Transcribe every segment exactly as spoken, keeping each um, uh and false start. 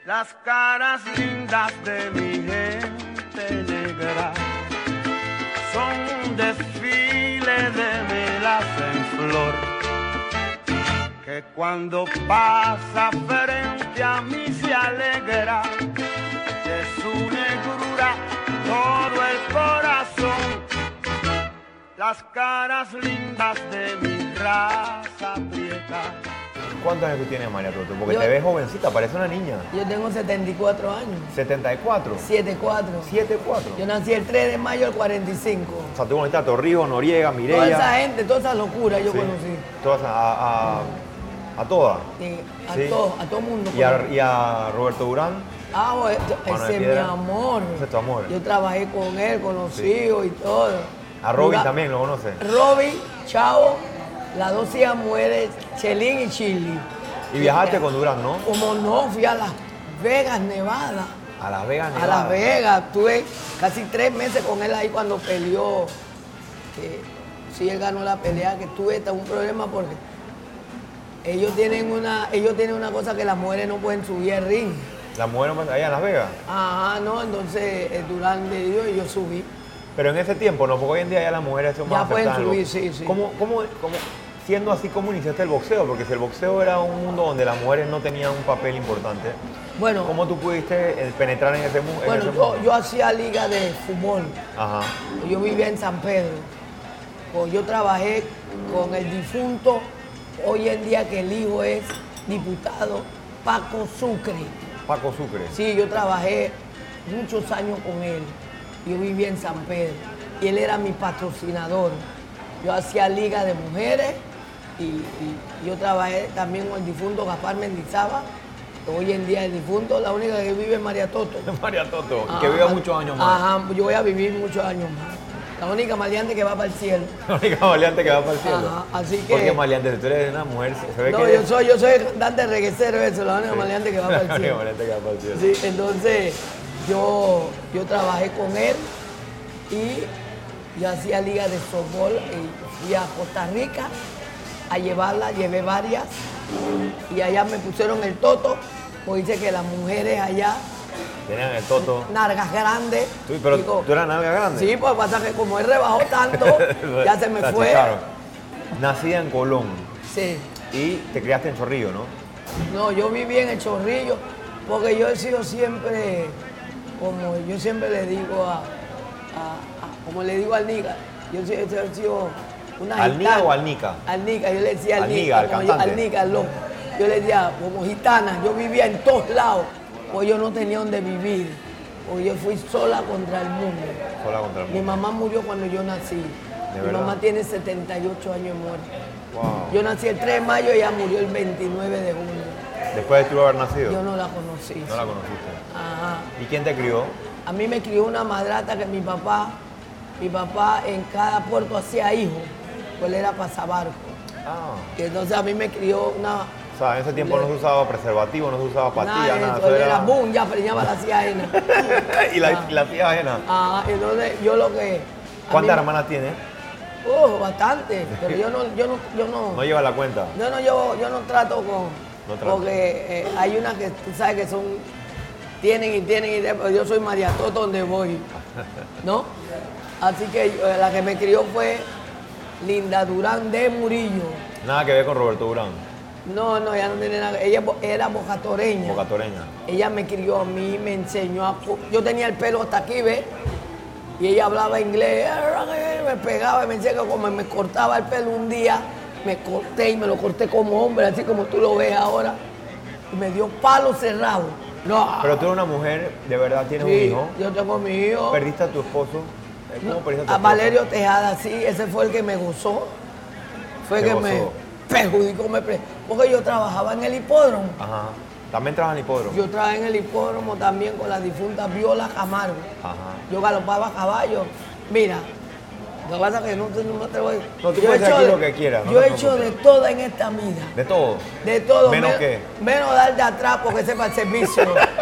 Las caras lindas de mi gente negra son un desfile de melaza en flor, que cuando pasa frente a mí se alegra de su negrura todo el corazón. Las caras lindas de mi raza prieta. ¿Cuántos años tú tienes, María Toto? Porque Yo- te ves jovencita, parece una niña. Yo tengo setenta y cuatro años. ¿setenta y cuatro? setenta y cuatro. ¿setenta y cuatro? Yo nací el tres de mayo del cuarenta y cinco. O sea, tú conociste a Torrijos, Noriega, Mireya. Toda esa gente, toda esa locura yo Sí. conocí. Todas, a, a, a todas. Sí, a Sí. todo, a todo mundo. Y a, conocí. y a Roberto Durán. Ah, bueno, Mano de ese es mi Piedra. amor. Ese es tu amor. Yo trabajé con él, con los Sí. hijos y todo. A Robin Juga- también, ¿lo conoces? Robin, Chavo, las dos hijas mujeres, Chelín y Chili. Y viajaste con Durán, ¿no? Como no, fui a Las Vegas, Nevada. A Las Vegas, A Nevada. Las Vegas, tuve casi tres meses con él ahí cuando peleó. Que sí, él ganó la pelea, que tuve hasta un problema porque ellos tienen una, ellos tienen una cosa que las mujeres no pueden subir al ring. La mujer allá en Las Vegas. Ajá, no, entonces eh, Durán le dio y yo subí. Pero en ese tiempo, ¿no? Porque hoy en día ya las mujeres son Ya más pueden aceptadas. subir, sí, sí. ¿Cómo, cómo, cómo, siendo así, cómo iniciaste el boxeo? Porque si el boxeo era un mundo donde las mujeres no tenían un papel importante, Bueno, ¿cómo tú pudiste eh, penetrar en ese, mu- en bueno ese yo, mundo? yo hacía liga de fútbol. Ajá. Yo vivía en San Pedro. Pues yo trabajé con el difunto, hoy en día que el hijo es diputado, Paco Sucre. Paco Sucre. Sí, yo trabajé muchos años con él. Yo vivía en San Pedro y él era mi patrocinador. Yo hacía liga de mujeres y, y yo trabajé también con el difunto Gaspar Mendizábal. Hoy en día el difunto, la única que vive es María Toto. María Toto, y que Ajá. viva muchos años más. Ajá, yo voy a vivir muchos años más. La única maleante que va para el cielo. La única maleante que va para el cielo. Ajá, así que- ¿Por qué maleante? Si tú eres una mujer, se ve No, que yo eres- soy, yo soy cantante reguecero, eso, la única Sí. maleante que va para La el única cielo. maleante que va para el cielo. Sí, entonces yo, yo trabajé con él y yo hacía liga de softball y fui a Costa Rica a llevarla, llevé varias y allá me pusieron el toto, pues dice que las mujeres allá, Tenían el Toto. nargas grandes. Tú, pero digo, tú eras nalga grande. sí, pues pasa que como él rebajó tanto, ya se me Te fue. achicaron. Nacida en Colón Sí. y te criaste en Chorrillo, ¿no? No, yo viví en el Chorrillo porque yo he sido siempre, como yo siempre le digo a, a- a- como le digo al Nica, yo siempre he sido una ¿Al Nica gitana. o al Nica? Al Nica, yo le decía al, Al Nica, Nica, al como yo- cantante. al Nica, al loco. Yo le decía, como gitana, yo vivía en todos lados, pues yo no tenía donde vivir, porque yo fui sola contra el mundo. Sola contra el Mi mundo. mamá murió cuando yo nací. Mi verdad? mamá tiene setenta y ocho años muerta. Wow. Yo nací el tres de mayo y ella murió el veintinueve de junio. Después de tú haber nacido. Yo no la conocí. No la conociste. Ajá. ¿Y quién te crió? A mí me crió una madrata que mi papá, mi papá en cada puerto hacía hijos, pues él era pasabarco. Ah. Y entonces a mí me crió una... O sea, en ese tiempo no se usaba preservativo, no se usaba Nada, pastillas, de nada. eso, eso él era era- boom, ya preñaba la hacía ajena. y la, Ah. y la tía ajena. Ajá, entonces yo lo que... a ¿Cuántas mí- hermanas tienes? Oh, bastante, pero yo no, yo no, yo no... No lleva la cuenta. Yo no, yo, yo no trato con... No trato. Porque eh, hay unas que tú sabes que son... Tienen y tienen y tienen, pero yo soy María Toto donde voy, ¿no? Así que eh, la que me crió fue Linda Durán de Murillo. Nada que ver con Roberto Durán, No, no, ella no tiene nada. Ella bo- era bocatoreña. bocatoreña. Ella me crió a mí, me enseñó a... co- Yo tenía el pelo hasta aquí, ¿ves? Y ella hablaba inglés, me pegaba y me decía que como me cortaba el pelo un día, me corté y me lo corté como hombre, así como tú lo ves ahora. Y me dio palo cerrado. No. Pero tú eres una mujer, de verdad tienes Sí, un hijo. yo tengo mi hijo. ¿Perdiste a tu esposo? ¿Cómo perdiste a tu A esposo? Valerio Tejada, sí, ese fue el que me gozó. Fue el ¿Te que me gozó? perjudicó, me pre- porque yo trabajaba en el hipódromo. Ajá. También trabajas en hipódromo. Yo trabajé en el hipódromo también con la difunta Viola Camargo. Ajá. Yo galopaba a caballo. Mira, lo que pasa es que no, te- no me atrevo a ir. No, tú Yo puedes he hacer hecho aquí de- lo que quieras, no Yo te he hecho de preocupes. todo en esta vida. ¿De todo? De todo. ¿Menos Men- qué? Menos dar de atrás porque sepa el servicio.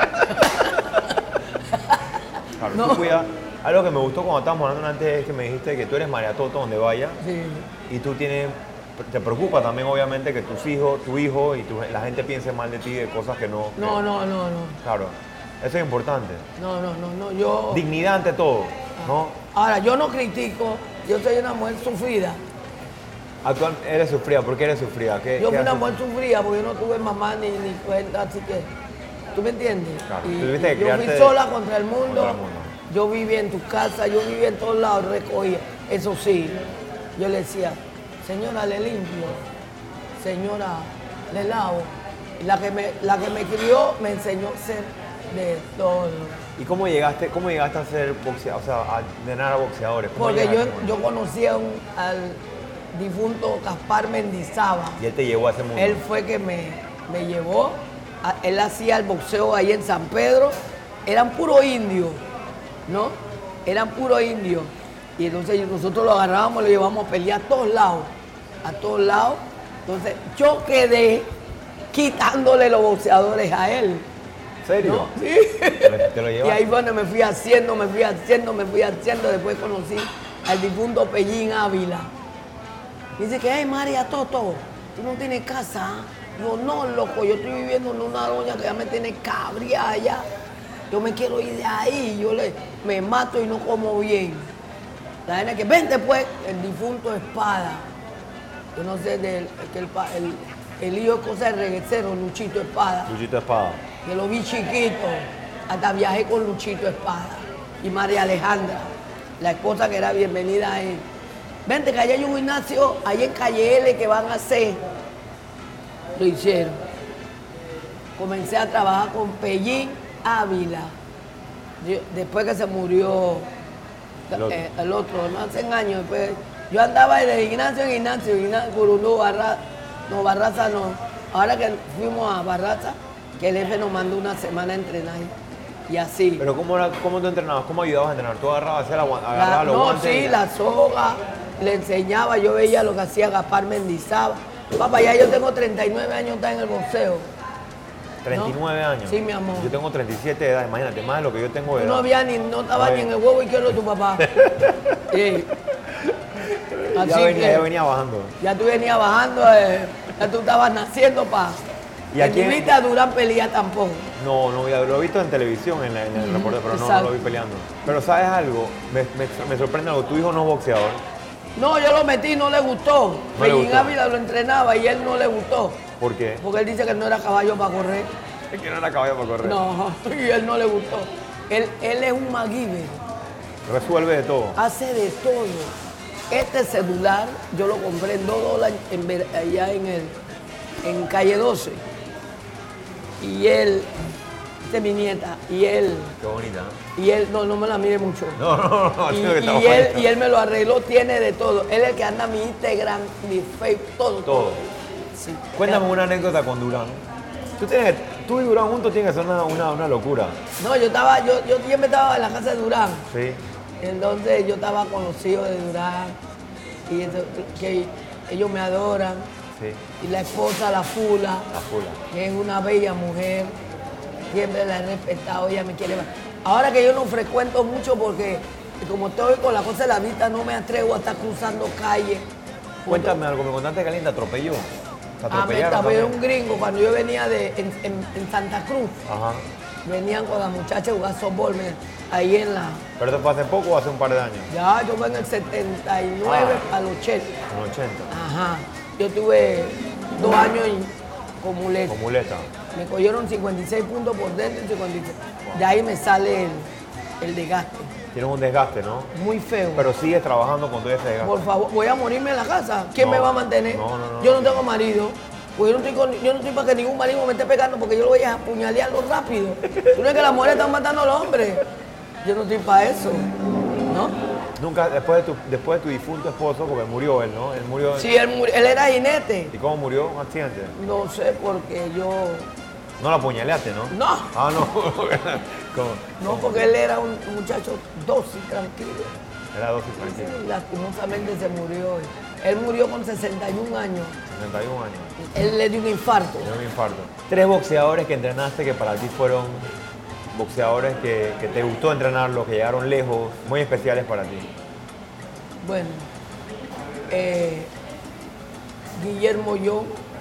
Claro, No. tú cuidas. Algo que me gustó cuando estábamos hablando antes es que me dijiste que tú eres María Toto donde vaya Sí. y tú tienes te preocupa también, obviamente, que tus hijos, tu hijo y tu- la gente piense mal de ti de cosas que no... No, que- no, no, no. Claro, eso es importante. No, no, no, no. Yo. Dignidad ante todo, ¿no? Ahora, yo no critico, yo soy una mujer sufrida. Actual, eres sufrida, ¿por qué eres sufrida? ¿Qué, Yo qué fui una haces? mujer sufrida porque yo no tuve mamá ni, ni cuenta, así que. ¿Tú me entiendes? Claro, Y- tuviste que y yo criarte fui sola contra el mundo. contra el mundo. Yo vivía en tu casa, yo vivía en todos lados, recogía. Eso sí, yo le decía, señora, le limpio, señora, le lavo. Y La que me, la que me crió me enseñó a ser de todo. ¿Y cómo llegaste, cómo llegaste a ser boxeador, o sea, a entrenar a boxeadores? ¿Cómo Porque yo, llegaste con yo eso? conocí a un- al difunto Gaspar Mendizábal. Y él te llevó a ese mundo. Él fue que me, me llevó. A- él hacía el boxeo ahí en San Pedro. Eran puro indios, ¿no? Eran puro indios. Y entonces nosotros lo agarrábamos, lo llevábamos a pelear a todos lados. A todos lados. Entonces yo quedé quitándole los boxeadores a él. ¿En serio? ¿No? Sí. Te lo, te lo Y llevaste. ahí fue donde me fui haciendo, me fui haciendo, me fui haciendo. Después conocí al difunto Pellín Ávila. Dice que, hey, María Toto, tú no tienes casa. ¿Ah? Yo, no, loco, yo estoy viviendo en una doña que ya me tiene cabria allá. Yo me quiero ir de ahí. Yo le, me mato y no como bien. La gente que, vente pues, el difunto Espada. Yo no sé, del, que el, pa- el, el hijo es cosa de reguecero, Luchito Espada. Luchito Espada. Que lo vi chiquito, hasta viajé con Luchito Espada y María Alejandra, la esposa que era bienvenida a él. Vente que allá hay un gimnasio, ahí en Calle L que van a hacer. Lo hicieron. Comencé a trabajar con Pellín Ávila. Yo- después que se murió El otro. eh, el otro, no hace años. Después, yo andaba de gimnasio en gimnasio, gimnasio Curundú, Barra, no, Barraza no. Ahora que fuimos a Barraza, que el jefe nos mandó una semana a entrenar. Y así. Pero ¿cómo, era, ¿cómo tú entrenabas? ¿Cómo ayudabas a entrenar? ¿Tú agarrabas, hacías la gua- La- agarrabas los no, guantes? sí, y- la soga, le enseñaba, yo veía lo que hacía Gaspar Mendizábal. Papá, ya yo tengo treinta y nueve años, está en el boxeo. treinta y nueve años. Sí, mi amor. Yo tengo treinta y siete de edad, imagínate, más de lo que yo tengo de Tú edad. no había ni, no estaba Ay. ni en el huevo izquierdo de tu papá. Sí. Así ya, venía, que ya venía bajando. ya tú venías bajando, eh, ya tú estabas naciendo para. ¿Y a quién- viste a Durán pelea tampoco. No, no, ya lo he visto en televisión, en, la- en el reporte, pero no, no exacto. lo vi peleando. Pero ¿sabes algo? Me, me- me sorprende algo. Tu hijo no es boxeador. No, yo lo metí, no le gustó. No le Pellín gustó. Ávila lo entrenaba y él no le gustó. ¿Por qué? Porque él dice que no era caballo para correr. Es que no era caballo para correr. No, y él no le gustó. Él, él es un MacGyver, Resuelve de todo. hace de todo. Este celular yo lo compré en dos dólares en Ver- allá en, el, en calle doce. Y él, esta es mi nieta, y él, Qué bonita. ¿no? y él, no, no me la mire mucho. No, no, no, Y, tengo que estar y él, bonita. y él me lo arregló, tiene de todo. Él es el que anda mi Instagram, mi Facebook, todo. Todo. Sí. Cuéntame una anécdota con Durán. Tú, tienes, tú y Durán juntos tienen que ser una, una, una locura. No, yo estaba, yo, yo siempre estaba en la casa de Durán. Sí. Entonces yo estaba con los hijos de Durán y eso, que ellos me adoran. Sí. Y la esposa, la Fula, La fula. que es una bella mujer, siempre la he respetado, ella me quiere. Ahora que yo no frecuento mucho porque como estoy con la cosa de la vista, no me atrevo a estar cruzando calles. Cuéntame algo, me contaste que alguien te atropelló. Te Ah, me atropellaron atropelló también. un gringo cuando yo venía de, en, en- en Santa Cruz. Ajá. Venían con las muchachas a jugar softball, me- ahí en la... ¿Pero esto fue hace poco o hace un par de años? Ya, yo fui en el setenta y nueve Ah. al ochenta. En el ochenta. Ajá. Yo tuve dos años en- con muleta. Con muleta. Me cogieron cincuenta y seis puntos por dentro y cincuenta y seis. De ahí me sale el, el desgaste. Tienes un desgaste, ¿no? Muy feo. Pero sigues trabajando con todo ese desgaste. Por favor, voy a morirme en la casa. ¿Quién No, me va a mantener? no, no, no, yo no. no tengo marido. Pues yo no, estoy con- yo no estoy para que ningún marido me esté pegando porque yo lo voy a apuñalearlo rápido. Tú no ves que las mujeres están matando a los hombres. Yo no estoy para eso. ¿No? Nunca, después de, tu, después de tu difunto esposo, porque murió él, ¿no? Él murió. Sí, él, murió- él era jinete. ¿Y cómo murió? ¿Un accidente? No sé porque yo... No la apuñaleaste, ¿no? No. Ah, no. ¿Cómo? No, porque él era un muchacho dócil, tranquilo. Era dosis tranquila. Y lastimosamente se murió. Él murió con sesenta y un años. sesenta y un años. Él le dio un infarto. Dio un infarto. Tres boxeadores que entrenaste que para ti fueron boxeadores que, que te gustó entrenarlos, que llegaron lejos, muy especiales para ti. Bueno, eh, Guillermo Yo,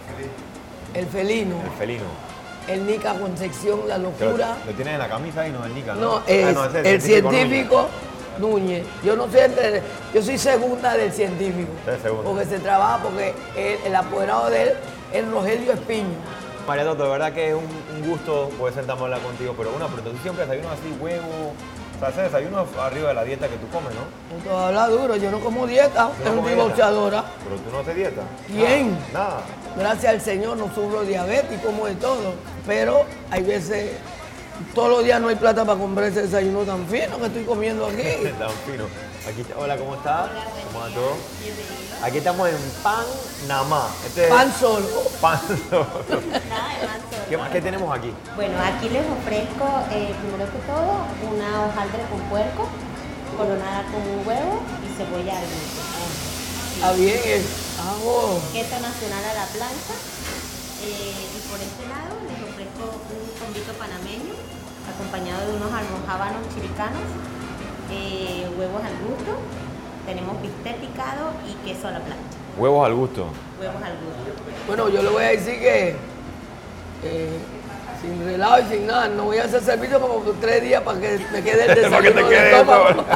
el felino, El felino. el Nica Concepción, la Lo, locura. lo tienes en la camisa ahí, no el Nica, ¿no? No, Ah, es no, ese es el científico Núñez. Núñez. Yo no soy entre, yo soy segunda del científico. Usted es segunda. Porque se trabaja, porque él- el apoderado de él es Rogelio Espiño. María Toto, de verdad que es un, un gusto poder sentarme a hablar contigo, pero una pregunta, tú siempre desayunas así, huevo, o sea, haces desayuno arriba de la dieta que tú comes, ¿no? Tú hablas duro, yo no como dieta, ¿Tú no soy comes dieta? boxeadora. Pero tú no haces dieta. ¿Quién? Nada. Nada. Gracias al Señor no sufro diabetes y como de todo. Pero hay veces, todos los días no hay plata para comprar ese desayuno tan fino que estoy comiendo aquí. Tan fino. Aquí, está- hola, ¿cómo estás? ¿Cómo va todo? Aquí estamos en Pan Namá. Este es Pan solo. pan solo. Nada de más solo. ¿Qué más qué tenemos aquí? Bueno, aquí les ofrezco, eh, primero que todo, una hojaldre con puerco, coronada con un huevo y cebolla al gusto. Está bien, eh. Ah, oh. Queso nacional a la plancha. Eh, y por este lado les ofrezco un combito panameño, acompañado de unos almojábanos chiricanos, eh, huevos al gusto, tenemos bistec picado y queso a la plancha. Huevos al gusto. Huevos al gusto. Bueno, yo le voy a decir que eh, sin relajo y sin nada, no voy a hacer servicio como por tres días para que me quede el Para que te desayuno quede de estómago. todo.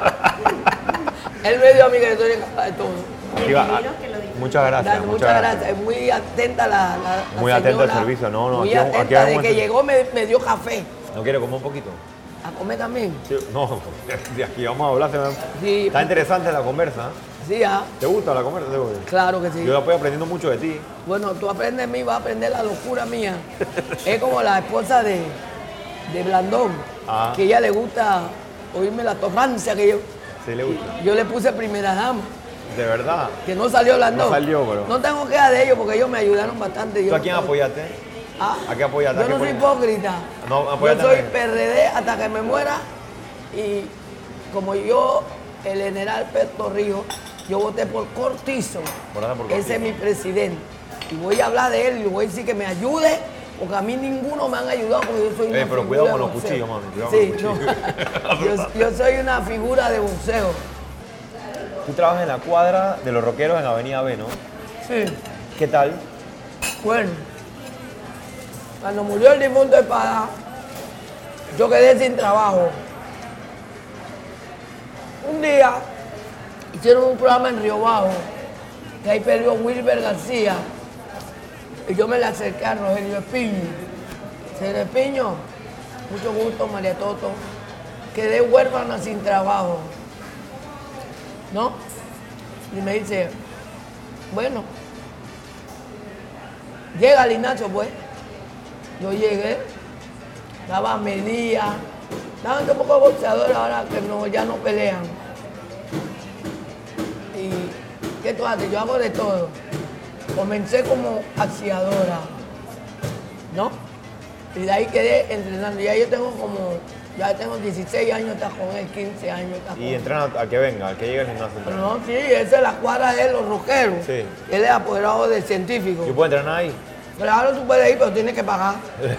Él me dio a mí que estoy encargada de todo. Iba- Bienvenidos, que lo disfruten. muchas gracias. Dale, muchas gracias. Es muy atenta la, la, la Muy atenta al señora, servicio. No, no, Muy aquí- atenta. aquí hay un de buen que servicio. llegó me, me dio café. ¿No quiere comer un poquito? ¿A comer también? Sí, no, de aquí vamos a hablar. se me- Sí. Está interesante la conversa. ¿eh? Sí, ah, ¿Te gusta la conversa? Debo decir? claro que sí. Yo estoy aprendiendo mucho de ti. Bueno, tú aprendes de mí, vas a aprender la locura mía. Es como la esposa de, de Blandón, Ah. que ella le gusta oírme la torrancia que yo, Sí, le gusta. yo le puse primera dama, De verdad. que no salió Blandón. No salió, pero- No tengo queja de ellos porque ellos me ayudaron bastante. Yo ¿Tú a quién no- apoyaste? Ah, ¿A qué apoyaste? ¿A Yo qué no soy apoyaste? hipócrita. No, yo apóyate soy a mí. P R D hasta que me muera y como yo, el general Torrijos, yo voté por Cortizo. Votaste por Ese Cortizo. es mi presidente. Y voy a hablar de él y voy a decir que me ayude, porque a mí ninguno me han ayudado porque yo soy una Eh, pero figura cuidado de con los boxeo. cuchillos, mami, cuidado Sí, con los no. yo, yo soy una figura de boxeo. Tú trabajas en la cuadra de los rockeros en Avenida B, ¿no? Sí. ¿Qué tal? Bueno, cuando murió el difunto Espada, yo quedé sin trabajo. Un día hicieron un programa en Río Bajo, que ahí perdió Wilber García, y yo me le acerqué a Rogelio Espiño. Señor Espiño, mucho gusto, María Toto. Quedé huérfana sin trabajo. ¿No? Y me dice, bueno, llega al Ignacio, pues. Yo llegué, estaba Melía, estaban un poco de boxeadores ahora que no, ya no pelean. ¿Y qué tú haces? Yo hago de todo. Comencé como axiadora, ¿no? Y de ahí quedé entrenando. Ya yo tengo como, ya tengo dieciséis años, está con él, quince años, está con Y él. entrena a que venga, al que llegue al gimnasio. Pero no, sí, esa es la cuadra de los rockeros. Sí. Él es apoderado de científico. ¿Yo puedo entrenar ahí? Claro, tú puedes ir, pero tienes que pagar.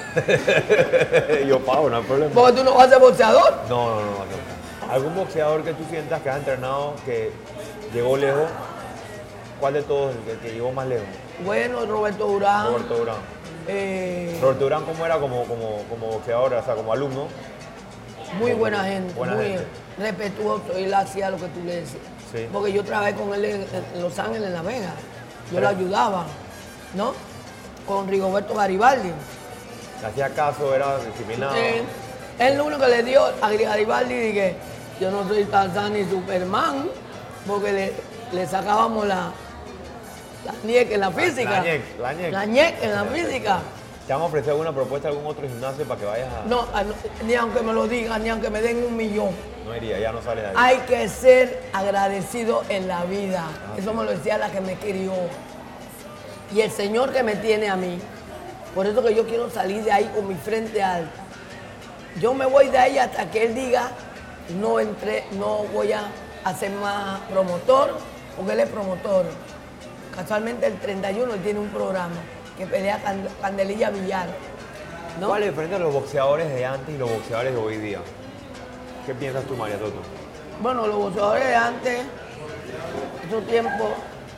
Yo pago, no hay problema. Porque tú no vas a ser boxeador. No, no, no, no. ¿Algún boxeador que tú sientas que has entrenado que llegó lejos? ¿Cuál de todos el que, que llegó más lejos? Bueno, Roberto Durán. Roberto Durán. eh, Roberto Durán, ¿cómo era como, como, como boxeador, o sea, como alumno? muy buena gente, Buena muy gente. respetuoso. Él hacía lo que tú le decías. Sí. Porque yo trabajé con él en, en Los Ángeles, en La Vega. Yo lo ayudaba, ¿no? Con Rigoberto Garibaldi. Le hacía caso, era disciplinado. Eh, él lo único que le dio a Garibaldi dije, yo no soy Tarzán ni Superman, porque le, le sacábamos la, la ñeca en la física. La ñeca, la ñeca. La ñeca en la física. ¿Te han ofrecido alguna propuesta de algún otro gimnasio para que vayas a...? No, a- no, ni aunque me lo digan, ni aunque me den un millón. No iría, ya no sales de ahí. Hay que ser agradecido en la vida. Eso me lo decía la que me crió. Y el Señor que me tiene a mí. Por eso que yo quiero salir de ahí con mi frente alta. Yo me voy de ahí hasta que Él diga, no entré, no voy a hacer más promotor, porque Él es promotor. Casualmente el treinta y uno Él tiene un programa que pelea Cand- Candelilla Villar. ¿no? ¿Cuál es la diferencia de los boxeadores de antes y los boxeadores de hoy día? ¿Qué piensas tú, María Toto? Bueno, los boxeadores de antes, esos tiempos,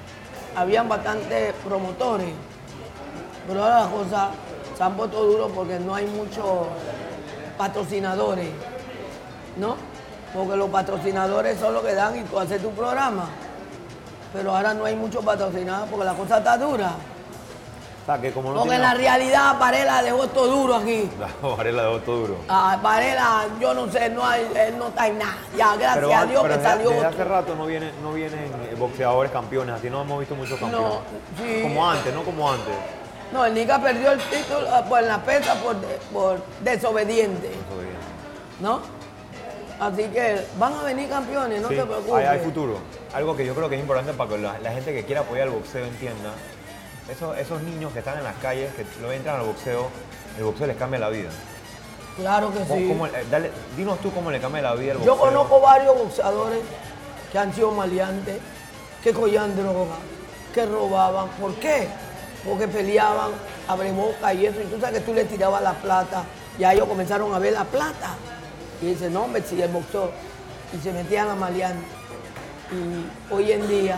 habían bastantes promotores, pero ahora las cosas se han puesto duro porque no hay muchos patrocinadores, ¿no? Porque los patrocinadores son los que dan y tú haces tu programa. Pero ahora no hay muchos patrocinadores porque la cosa está dura. O sea, que como no porque tiene... en la realidad Varela dejó esto duro aquí. No, Varela dejó todo duro. Ah, Varela, yo no sé, no hay, él no está en nada. Ya, gracias pero, a Dios pero que desde, salió desde otro. hace rato no vienen, no vienen boxeadores campeones, así no hemos visto muchos campeones. No, sí. Como antes, no como antes. No, el Nica perdió el título ah, pues, en la pesa por, de- por desobediente, Eso bien. ¿no? Así que van a venir campeones, no Sí, te preocupes. hay, hay futuro. Algo que yo creo que es importante para que la, la gente que quiera apoyar el boxeo entienda. Esos, esos niños que están en las calles, que lo entran al boxeo, el boxeo les cambia la vida. Claro que ¿Cómo- sí. cómo- eh, dale, dinos tú cómo le cambia la vida al boxeo. Yo conozco varios boxeadores que han sido maleantes, que cogían droga, que robaban. ¿Por qué? Porque peleaban, abre boca y eso. Y tú sabes que tú le tirabas la plata. Y a ellos comenzaron a ver la plata. Y dicen, no, hombre, si el boxeo. Y se metían a maleantes. Y hoy en día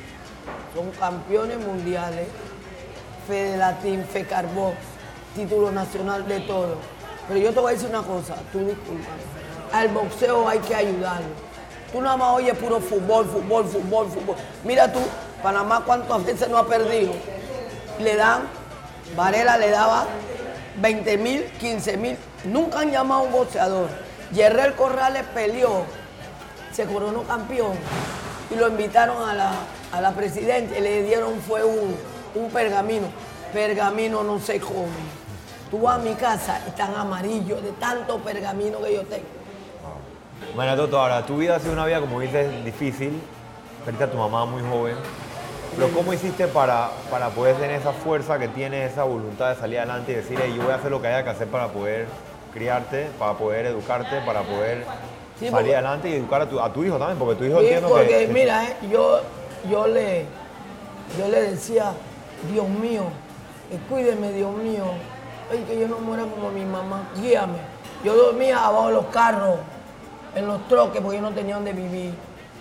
son campeones mundiales, Fede Latín, Fecarbó, título nacional de todo. Pero yo te voy a decir una cosa, tú discúlpame. Al boxeo hay que ayudarlo. Tú nada más oyes puro fútbol, fútbol, fútbol, fútbol. Mira tú, Panamá cuántas veces no ha perdido. Le dan, Varela le daba veinte mil, quince mil. Nunca han llamado a un boxeador. Yerrel Corrales peleó, se coronó campeón y lo invitaron a la, a la presidencia y le dieron fue un, un pergamino. Pergamino no se come. Tú vas a mi casa y están amarillos de tanto pergamino que yo tengo. María Toto, ahora, tu vida ha sido una vida, como dices, difícil. Perdiste a tu mamá muy joven. Pero ¿cómo hiciste para, para poder tener esa fuerza que tienes, esa voluntad de salir adelante y decir, hey, yo voy a hacer lo que haya que hacer para poder criarte, para poder educarte, para poder Sí, salir porque- adelante y educar a tu, a tu hijo también? Porque tu hijo Sí, entiendo porque que... que- mira, eh, yo, yo, le, yo le decía, Dios mío, eh, cuídeme, Dios mío, ay, que yo no muera como mi mamá, guíame. Yo dormía abajo de los carros, en los troques, porque yo no tenía donde vivir.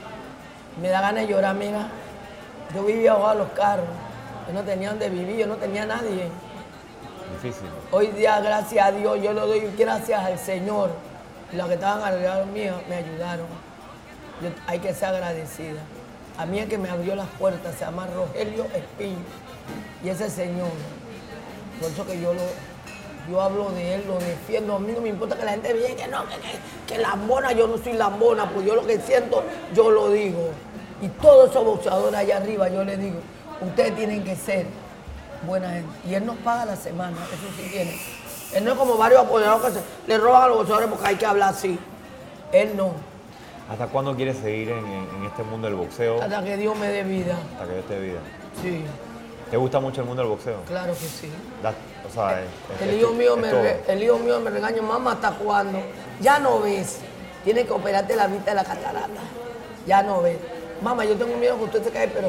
Me da ganas de llorar, mira. Yo vivía abajo de los carros, yo no tenía donde vivir, yo no tenía nadie. Difícil. Hoy día, gracias a Dios, yo le doy gracias al Señor. Los que estaban alrededor mío me ayudaron. Yo- hay que ser agradecida. A mí el que me abrió las puertas se llama Rogelio Espín. Y ese señor, por eso que yo lo, yo hablo de él, lo defiendo. A mí no me importa que la gente diga que no, que, que, que lambona, yo no soy lambona, porque yo lo que siento, yo lo digo. Y todos esos boxeadores allá arriba, yo les digo, ustedes tienen que ser buena gente. Y él nos paga la semana, eso sí tiene. Él no es como varios apoderadores que se, le roban a los boxeadores porque hay que hablar así. Él no. ¿Hasta cuándo quieres seguir en, en- en este mundo del boxeo? Hasta que Dios me dé vida. Hasta que Dios te dé vida. Sí, ¿Te gusta mucho el mundo del boxeo? claro que sí. Da- o sea, es- es- El es hijo, tu- mío es me, todo. re- el hijo mío me regaña, mamá, ¿hasta cuándo? Ya no ves. Tienes que operarte la vista de la catarata. Ya no ves. Mamá, yo tengo miedo que usted se caiga, pero...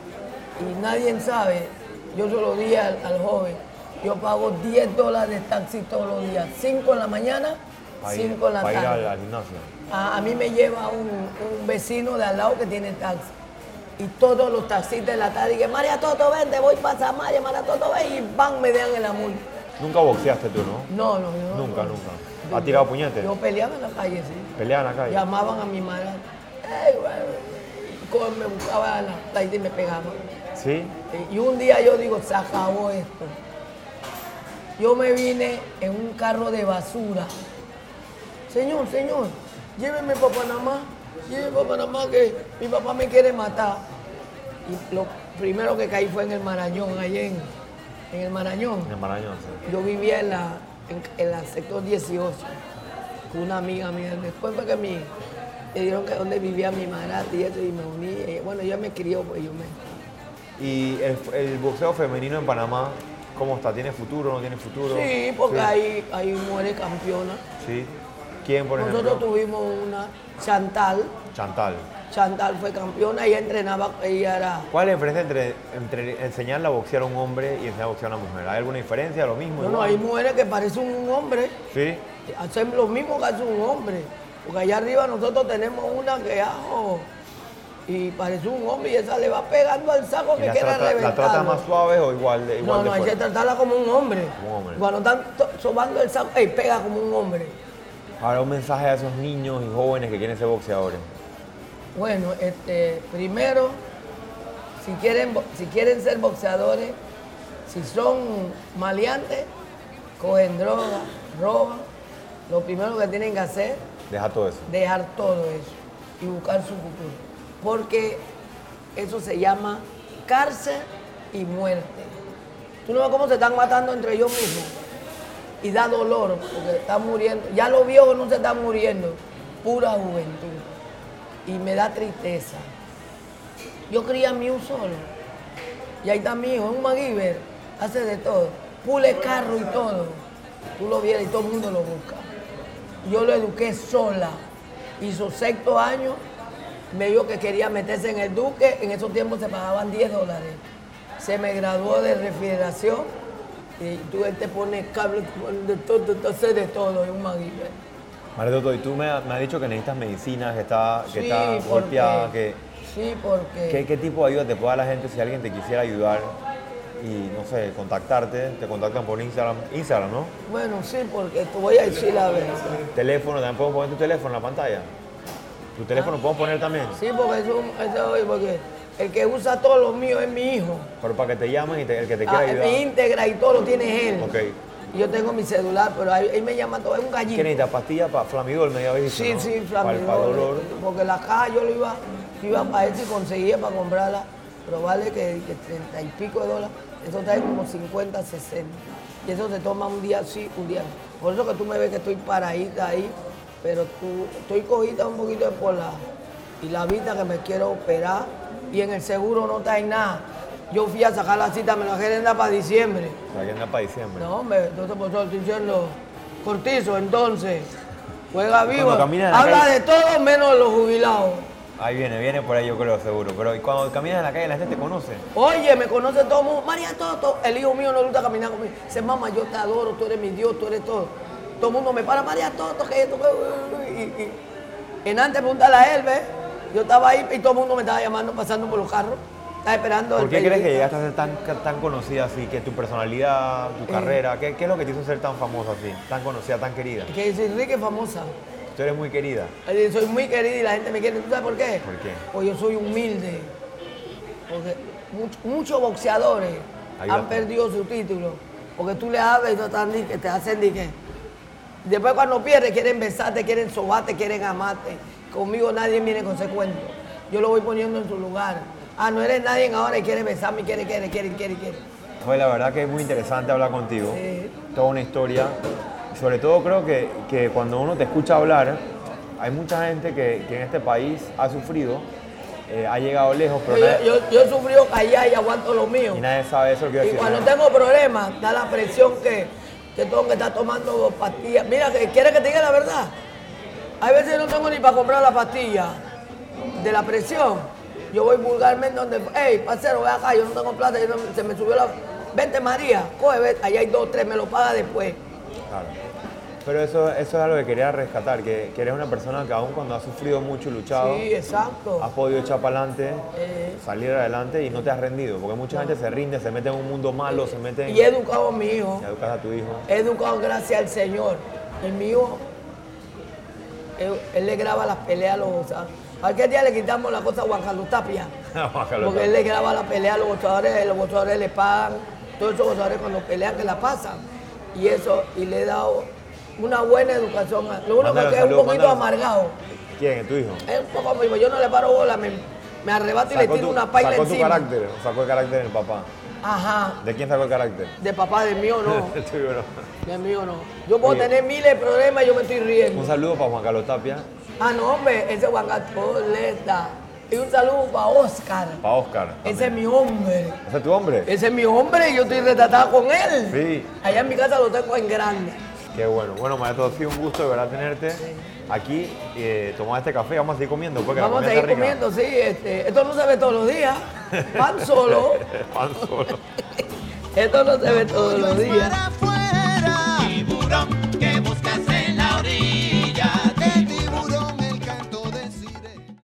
Y nadie sabe. Yo se lo dije al, al joven. Yo pago diez dólares de taxi todos los días. cinco en la mañana, Para ir, cinco en la para ir tarde. al, al gimnasio. A, a mí me lleva un, un vecino de al lado que tiene taxi. Y todos los taxistas de la tarde dicen, María Toto, vente, voy para Samaria, María Toto, ven, y van, me dejan en la multa. Nunca boxeaste tú, ¿no? No, no, yo no. Nunca, no. nunca. Yo- ¿Has tirado puñetes? Yo peleaba en la calle, sí. ¿Peleas en la calle? Llamaban a mi madre. Ey, güey. Y como me buscaba en la playa y me pegaban. ¿Sí? Y un día yo digo, se acabó esto. Yo me vine en un carro de basura. Señor, señor, lléveme para Panamá. Lléveme para Panamá que mi papá me quiere matar. Y lo primero que caí fue en el Marañón, ahí en, en el Marañón. En el Marañón, sí. Yo vivía en la, en, en la sector dieciocho con una amiga mía. Después fue que mi, me dijeron que donde vivía mi madrastra y eso, y me uní. Y bueno, ella me crió, pues yo me... ¿Y el, el boxeo femenino en Panamá, cómo está? ¿Tiene futuro o no tiene futuro? Sí, porque Sí. hay, hay mujeres campeonas. Sí. ¿Quién, por Nosotros ejemplo? tuvimos una, Chantal. Chantal. Chantal fue campeona, ella entrenaba, ella era... ¿Cuál es la diferencia entre, entre enseñarle a boxear a un hombre y enseñar a boxear a una mujer? ¿Hay alguna diferencia? ¿Lo mismo? Bueno, igual? hay mujeres que parecen un hombre, ¿Sí? hacen lo mismo que hace un hombre. Porque allá arriba nosotros tenemos una que, ajo, y parece un hombre y esa le va pegando al saco ¿Y que la quiere trata, reventarlo. ¿La trata más suave o igual, igual No, de no, hay que fuerte? tratarla como un hombre. Como hombre. Cuando están to- sobando el saco, ey, pega como un hombre. Ahora un mensaje a esos niños y jóvenes que quieren ser boxeadores. Bueno, este, primero, si quieren, bo- si quieren ser boxeadores, si son maleantes, cogen droga, roban, lo primero que tienen que hacer Deja todo eso. es dejar todo eso y buscar su futuro. Porque eso se llama cárcel y muerte. ¿Tú no ves cómo se están matando entre ellos mismos? Y da dolor porque están muriendo. Ya los viejos no se están muriendo, pura juventud. Y me da tristeza. Yo cría a mi hijo solo. Y ahí está mi hijo, es un MacGyver, hace de todo. Pule carro y todo. Tú lo vieras y todo el mundo lo busca. Yo lo eduqué sola. Hizo sexto año, me dijo que quería meterse en el Duque. En esos tiempos se pagaban diez dólares. Se me graduó de refrigeración y tú él te pones cable de todo, te hace de todo, es un MacGyver. María Toto, y tú me, has- me has dicho que necesitas medicinas, que está, que Sí, está porque- golpeada, que, Sí, porque... ¿qué, ¿qué tipo de ayuda te puede dar la gente si alguien te quisiera ayudar y, no sé, contactarte? Te contactan por Instagram, Instagram, ¿no? Bueno, sí, porque te voy a decir la verdad. Teléfono, también podemos poner tu teléfono en la pantalla. ¿Tu teléfono podemos poner también? Sí, porque es un, eso, porque el que usa todo lo mío es mi hijo. Pero para que te llamen y te- el que te quiera Ah, ayudar. mi íntegra y todo lo tiene él. Ok. Y yo tengo mi celular, pero ahí, ahí me llama todo, es un gallito. ¿Qué necesitas? ¿Pastilla para Flamidol? Me había dicho, Sí, ¿no? sí, Para, Flamidol. para dolor. Porque la caja yo lo iba, iba a ver si conseguía para comprarla, pero vale que, que treinta y pico de dólares, eso trae como cincuenta, sesenta. Y eso se toma un día sí, un día no. Por eso que tú me ves que estoy paradita ahí, pero tú, estoy cogida un poquito de por la, y la vista que me quiero operar, y en el seguro no está en nada. Yo fui a sacar la cita, me la agendan para diciembre. La agenda para diciembre. No, hombre, entonces por eso estoy diciendo Cortizo, entonces, juega vivo, Cuando caminas en la habla calle- de todo menos de los jubilados. Ahí viene, viene por ahí yo creo seguro. Pero ¿y cuando caminas en la calle la gente te conoce? Oye, me conoce todo el mundo, María Toto, el hijo mío no le gusta caminar conmigo. Dice, mamá, yo te adoro, tú eres mi Dios, tú eres todo. Todo el mundo me para, María Toto, que esto, que... Y, y, en antes pregúntale a él, ¿ves? Yo estaba ahí y todo el mundo me estaba llamando, pasando por los carros. Estaba esperando ¿Por el qué crees que periodista. llegaste a ser tan, tan conocida así? Que tu personalidad, tu Eh. carrera, ¿qué, ¿qué es lo que te hizo ser tan famosa así? Tan conocida, tan querida. Que dice, Enrique es famosa. Tú eres muy querida. Él dice, soy muy querida y la gente me quiere. ¿Tú sabes por qué? ¿Por qué? Porque yo soy humilde. Porque much- muchos boxeadores Ayuda. han perdido su título. Porque tú le hablas y no están ni que te hacen ni que. Después cuando pierdes quieren besarte, quieren sobarte, quieren amarte. Conmigo nadie viene con ese cuento. Yo lo voy poniendo en su lugar. Ah, no eres nadie ahora y quiere besarme, quiere, quiere, quiere, quiere, quiere. Fue la verdad que es muy interesante hablar contigo. Sí. Toda una historia. Y sobre todo creo que, que cuando uno te escucha hablar, hay mucha gente que, que en este país ha sufrido, eh, ha llegado lejos, pero Yo, nadie, yo, yo he sufrido callar y aguanto lo mío. y nadie sabe eso. Lo que quiero Y decir. cuando tengo problemas, da la presión que, que tengo que estar tomando pastillas. Mira, que ¿quieres que te diga la verdad? Hay veces no tengo ni para comprar la pastilla de la presión. Yo voy vulgarmente donde, hey, parcero, ve acá, yo no tengo plata, yo no- se me subió la... Vente María, coge, ve, allá hay dos, tres, me lo paga después. Claro. Pero eso, eso es algo que quería rescatar, que, que eres una persona que aún cuando has sufrido mucho y luchado, Sí, exacto. has podido echar para adelante, Eh. salir adelante y no te has rendido. Porque mucha gente se rinde, se mete en un mundo malo, se mete en... Y he educado a mi hijo, y educas a tu hijo. he educado gracias al Señor. Y mi hijo, él, él le graba las peleas a los boxeadores. Aquel día le quitamos la cosa a Juan Carlos Tapia. Porque él le graba la pelea a los boxeadores, los boxeadores le pagan, todos esos boxeadores cuando pelean que la pasan. Y eso, y le he dado una buena educación. a- Lo único Mándale que es un saludos, poquito mándale. amargado. ¿Quién? ¿Es tu hijo? Es un poco amigo, yo no le paro bola, me, me arrebato y le Sacó tiro tu- una paila Sacó tu encima. carácter, sacó el carácter del papá. Ajá, ¿De quién sacó el carácter? de papá, de mío no, El tuyo, no. de mío no. Yo puedo Oye. tener miles de problemas y yo me estoy riendo. Un saludo para Juan Carlos Tapia, Ah, no, hombre, ese Juan Carlos Leta. Y un saludo para Oscar. para Oscar. Ese es mi hombre. ¿Ese es tu hombre? Ese es mi hombre y yo estoy retratada con él. Sí. Allá en mi casa lo tengo en grande. Qué bueno. Bueno, maestro, ha sido un gusto de verdad tenerte aquí, eh, tomar este café. Vamos a seguir comiendo porque la Vamos a comida seguir está rica. comiendo, sí. Este, esto no se ve todos los días. Pan solo. Pan solo. Esto no se ve todos los días. Para afuera, tiburón.